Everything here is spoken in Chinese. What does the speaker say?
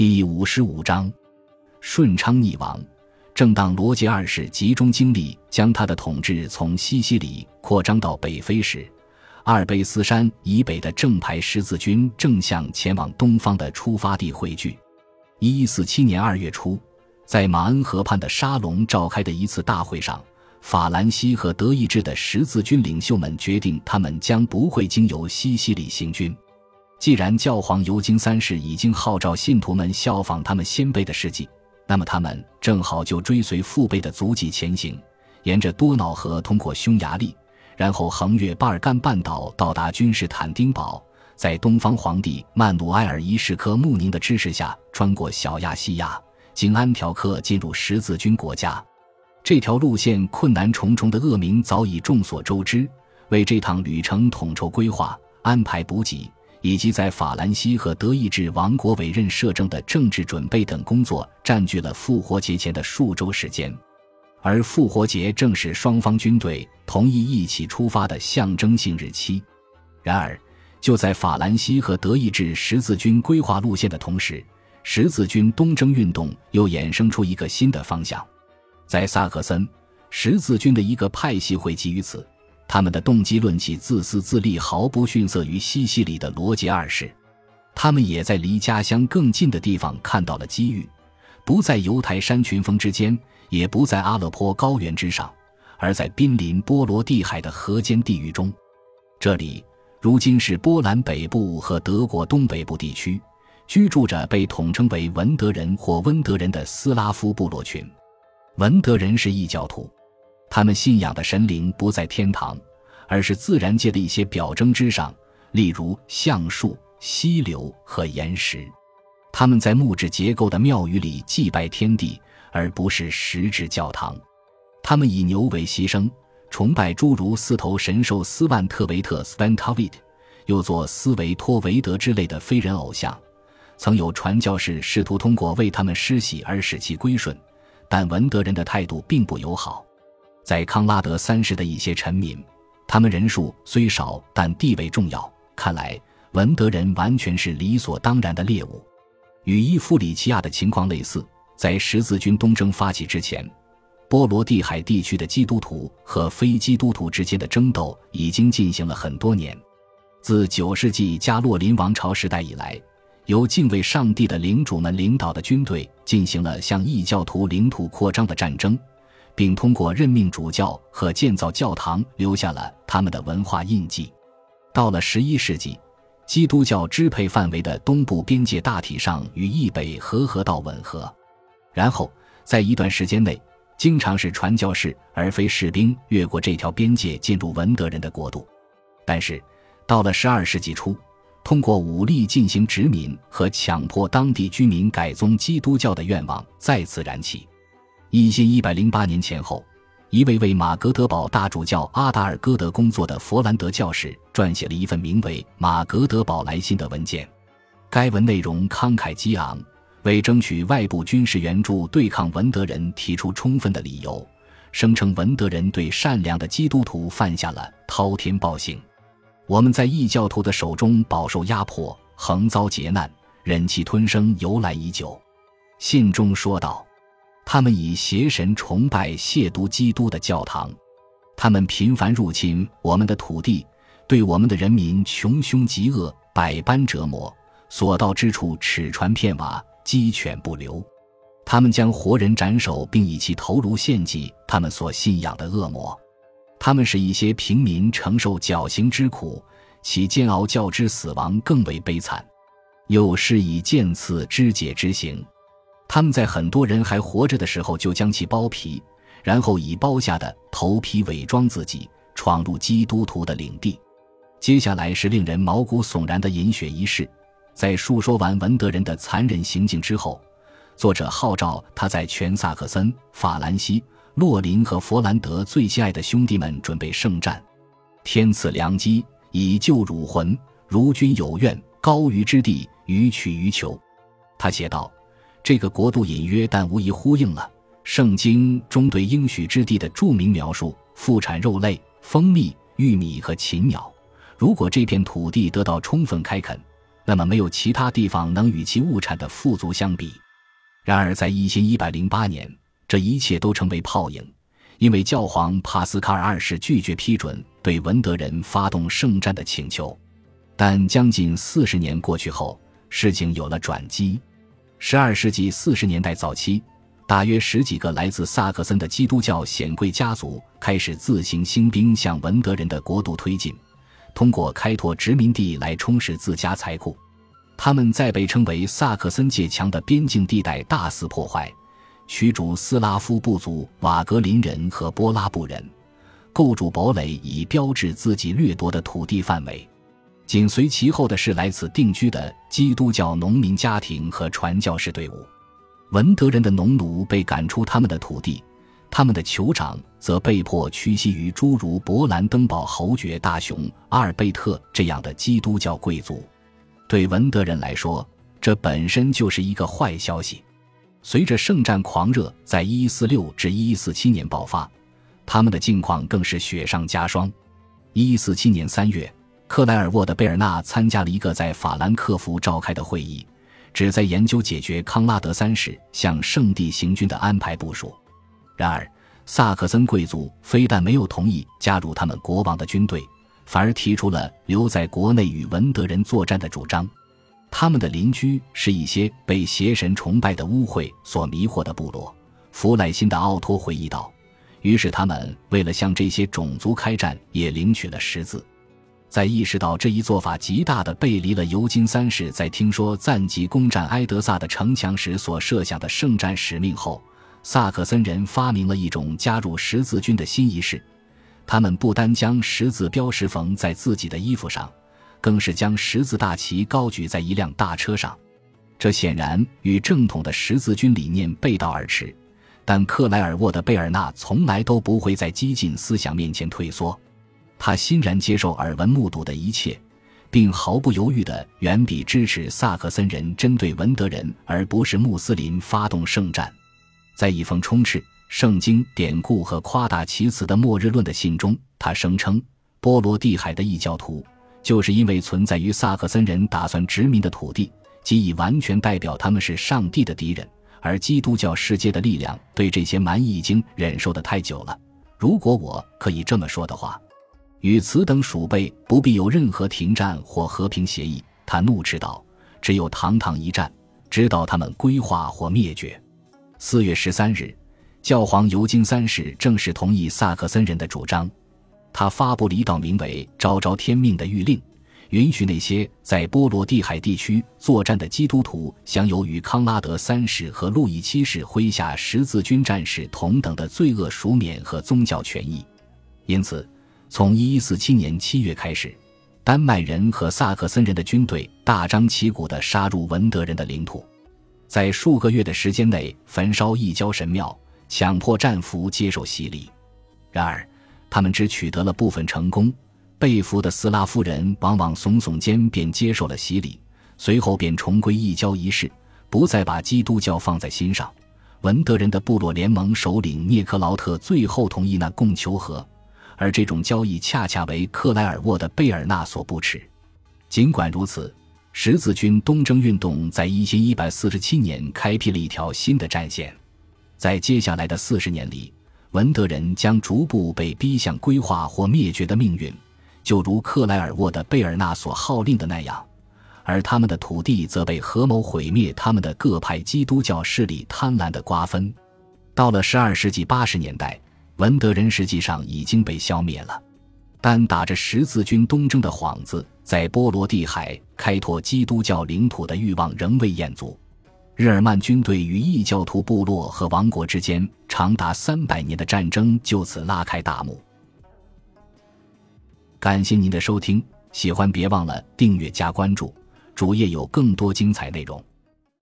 第55章，顺昌逆王。正当罗杰二世集中精力将他的统治从西西里扩张到北非时，阿尔卑斯山以北的正牌十字军正向前往东方的出发地汇聚。1147年2月初，在马恩河畔的沙龙召开的一次大会上，法兰西和德意志的十字军领袖们决定，他们将不会经由西西里行军。既然教皇尤金三世已经号召信徒们效仿他们先辈的事迹，那么他们正好就追随父辈的足迹前行，沿着多瑙河通过匈牙利，然后横越巴尔干半岛到达君士坦丁堡，在东方皇帝曼努埃尔一世科穆宁的支持下穿过小亚细亚，经安条克进入十字军国家。这条路线困难重重的恶名早已众所周知，为这趟旅程统筹规划、安排补给以及在法兰西和德意志王国委任摄政的政治准备等工作占据了复活节前的数周时间。而复活节正是双方军队同意一起出发的象征性日期。然而就在法兰西和德意志十字军规划路线的同时，十字军东征运动又衍生出一个新的方向。在萨克森，十字军的一个派系汇集于此，他们的动机论起自私自利毫不逊色于西西里的罗杰二世。他们也在离家乡更近的地方看到了机遇，不在犹太山群峰之间，也不在阿勒颇高原之上，而在濒临波罗的海的河间地域中。这里如今是波兰北部和德国东北部地区，居住着被统称为文德人或温德人的斯拉夫部落群。文德人是异教徒，他们信仰的神灵不在天堂，而是自然界的一些表征之上，例如橡树、溪流和岩石。他们在木质结构的庙宇里祭拜天地，而不是实质教堂。他们以牛为牺牲，崇拜诸如四头神兽斯万特维特 Svantavit， 又作斯维托维德之类的非人偶像。曾有传教士试图通过为他们施洗而使其归顺，但文德人的态度并不友好。在康拉德三世的一些臣民，他们人数虽少但地位重要，看来文德人完全是理所当然的猎物。与伊夫里奇亚的情况类似，在十字军东征发起之前，波罗的海地区的基督徒和非基督徒之间的争斗已经进行了很多年。自9世纪加洛林王朝时代以来，由敬畏上帝的领主们领导的军队进行了向异教徒领土扩张的战争，并通过任命主教和建造教堂留下了他们的文化印记。到了11世纪，基督教支配范围的东部边界大体上与易北河道吻合，然后在一段时间内，经常是传教士而非士兵越过这条边界进入文德人的国度。但是到了12世纪初，通过武力进行殖民和强迫当地居民改宗基督教的愿望再次燃起。1108年前后，一位为马格德堡大主教阿达尔戈德工作的佛兰德教士撰写了一份名为《马格德堡来信》的文件。该文内容慷慨激昂，为争取外部军事援助对抗文德人提出充分的理由，声称文德人对善良的基督徒犯下了滔天暴行。我们在异教徒的手中饱受压迫，横遭劫难，忍气吞声由来已久。信中说道，他们以邪神崇拜亵渎基督的教堂，他们频繁入侵我们的土地，对我们的人民穷凶极恶，百般折磨，所到之处齿传片瓦，鸡犬不留。他们将活人斩首，并以其头颅献祭他们所信仰的恶魔。他们使一些平民承受绞刑之苦，其煎熬较之死亡更为悲惨，又施以剑刺肢解之刑。他们在很多人还活着的时候就将其剥皮，然后以剥下的头皮伪装自己，闯入基督徒的领地。接下来是令人毛骨悚然的饮血仪式。在述说完文德人的残忍行径之后，作者号召他在全萨克森、法兰西、洛林和佛兰德最心爱的兄弟们准备圣战。天赐良机，以救汝魂，如君有愿，高于之地，予取于求。他写道，这个国度隐约但无疑呼应了圣经中对应许之地的著名描述，富产肉类、蜂蜜、玉米和禽鸟。如果这片土地得到充分开垦， 那么没有其他地方能与其物产的富足相比。然而在1108年，这一切都成为泡影，因为教皇帕斯卡尔二世拒绝批准对文德人发动圣战的请求。但将近40年过去后，事情有了转机。12世纪40年代早期，大约10几个来自萨克森的基督教显贵家族开始自行兴兵向文德人的国度推进，通过开拓殖民地来充实自家财库。他们在被称为萨克森界墙的边境地带大肆破坏，驱逐斯拉夫部族瓦格林人和波拉布人，构筑堡垒以标志自己掠夺的土地范围。紧随其后的是来此定居的基督教农民家庭和传教士队伍。文德人的农奴被赶出他们的土地，他们的酋长则被迫屈膝于诸如勃兰登堡侯爵大雄阿尔贝特这样的基督教贵族。对文德人来说，这本身就是一个坏消息。随着圣战狂热在1146至1147年爆发，他们的境况更是雪上加霜。1147年3月，克莱尔沃的贝尔纳参加了一个在法兰克福召开的会议，旨在研究解决康拉德三世向圣地行军的安排部署。然而，萨克森贵族非但没有同意加入他们国王的军队，反而提出了留在国内与文德人作战的主张。他们的邻居是一些被邪神崇拜的污秽所迷惑的部落。弗赖辛的奥托回忆道，于是他们为了向这些种族开战，也领取了识字。在意识到这一做法极大地背离了尤金三世在听说赞吉攻占埃德萨的城墙时所设想的圣战使命后，萨克森人发明了一种加入十字军的新仪式。他们不单将十字标识缝在自己的衣服上，更是将十字大旗高举在一辆大车上。这显然与正统的十字军理念背道而驰，但克莱尔沃的贝尔纳从来都不会在激进思想面前退缩。他欣然接受耳闻目睹的一切，并毫不犹豫地远比支持萨克森人针对文德人而不是穆斯林发动圣战。在一封充斥圣经典故和夸大其词的末日论的信中，他声称波罗的海的异教徒就是因为存在于萨克森人打算殖民的土地，即已完全代表他们是上帝的敌人，而基督教世界的力量对这些蛮夷已经忍受得太久了。如果我可以这么说的话，与此等鼠辈不必有任何停战或和平协议，他怒斥道，只有堂堂一战，直到他们归化或灭绝。4月13日，教皇尤金三世正式同意萨克森人的主张。他发布了一道名为昭昭天命的谕令，允许那些在波罗的海地区作战的基督徒享有与康拉德三世和路易七世麾下十字军战士同等的罪恶赎免和宗教权益。因此从1147年7月开始，丹麦人和萨克森人的军队大张旗鼓地杀入文德人的领土，在数个月的时间内焚烧异教神庙，强迫战俘接受洗礼。然而他们只取得了部分成功，被俘的斯拉夫人往往耸耸肩便接受了洗礼，随后便重归异教仪式，不再把基督教放在心上。文德人的部落联盟首领涅克劳特最后同意那共求和，而这种交易恰恰为克莱尔沃的贝尔纳所不耻。尽管如此，十字军东征运动在1147年开辟了一条新的战线。在接下来的40年里，文德人将逐步被逼向归化或灭绝的命运，就如克莱尔沃的贝尔纳所号令的那样，而他们的土地则被合谋毁灭他们的各派基督教势力贪婪地瓜分。到了12世纪80年代，文德人实际上已经被消灭了，但打着十字军东征的幌子，在波罗的海开拓基督教领土的欲望仍未饍足。日耳曼军队与异教徒部落和王国之间长达300年的战争就此拉开大幕。感谢您的收听，喜欢别忘了订阅加关注，主页有更多精彩内容。